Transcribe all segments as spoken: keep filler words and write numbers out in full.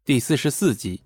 第四十四集。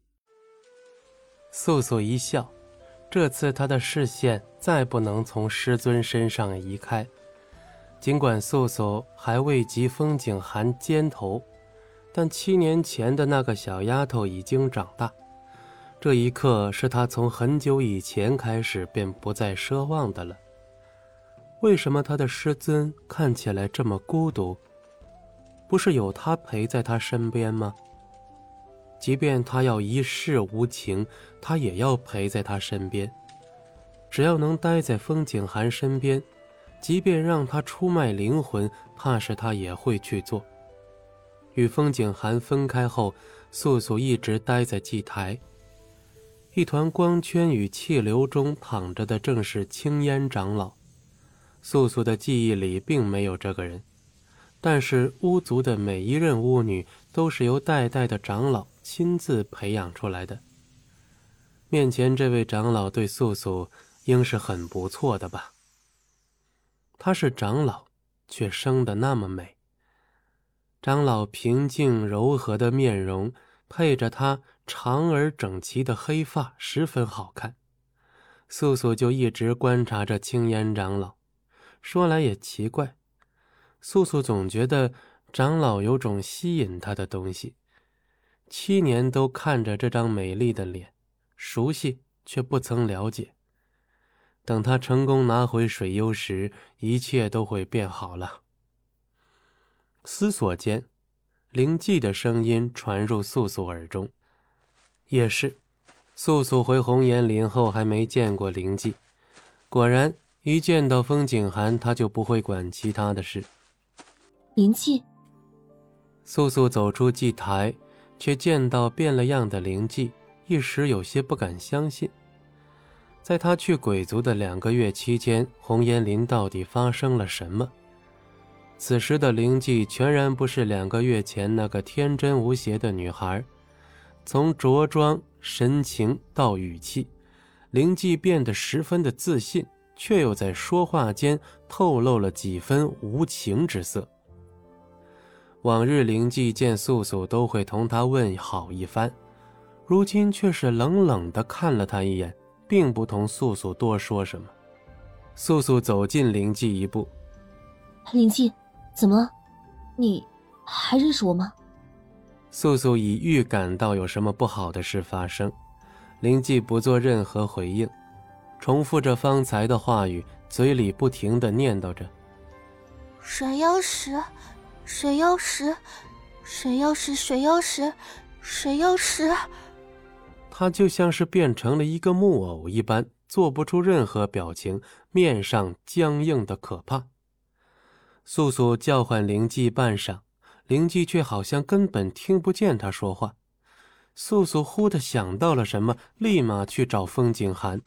素素一笑，这次她的视线再不能从师尊身上移开。尽管素素还未及风景寒肩头，但七年前的那个小丫头已经长大。这一刻是她从很久以前开始便不再奢望的了。为什么她的师尊看起来这么孤独？不是有他陪在她身边吗？即便他要一世无情，他也要陪在他身边。只要能待在风景寒身边，即便让他出卖灵魂，怕是他也会去做。与风景寒分开后，素素一直待在祭台。一团光圈与气流中躺着的正是青烟长老。素素的记忆里并没有这个人，但是巫族的每一任巫女都是由代代的长老亲自培养出来的。面前这位长老对素素应是很不错的吧？他是长老，却生得那么美。长老平静柔和的面容，配着他长而整齐的黑发，十分好看。素素就一直观察着青烟长老。说来也奇怪，素素总觉得长老有种吸引她的东西。七年都看着这张美丽的脸，熟悉却不曾了解。等他成功拿回水幽时，一切都会变好了。思索间，灵寂的声音传入素素耳中。也是，素素回红岩林后还没见过灵寂，果然一见到风景寒，他就不会管其他的事。 灵寂。 素素走出祭台，却见到变了样的灵寂，一时有些不敢相信。在他去鬼族的两个月期间，红岩林到底发生了什么？此时的灵寂全然不是两个月前那个天真无邪的女孩，从着装、神情到语气，灵寂变得十分的自信，却又在说话间透露了几分无情之色。往日灵寂见素素都会同他问好一番，如今却是冷冷地看了他一眼，并不同素素多说什么。素素走近灵寂一步。 灵寂，怎么了？你还认识我吗？ 素素已预感到有什么不好的事发生，灵寂不做任何回应，重复着方才的话语，嘴里不停地念叨着： 水妖石，水妖石，水妖石，水妖石，水妖石。 他就像是变成了一个木偶一般，做不出任何表情，面上僵硬的可怕。素素叫唤灵寂半晌，灵寂却好像根本听不见他说话。素素忽地想到了什么，立马去找风景寒。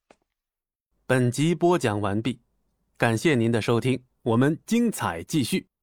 本集播讲完毕，感谢您的收听，我们精彩继续。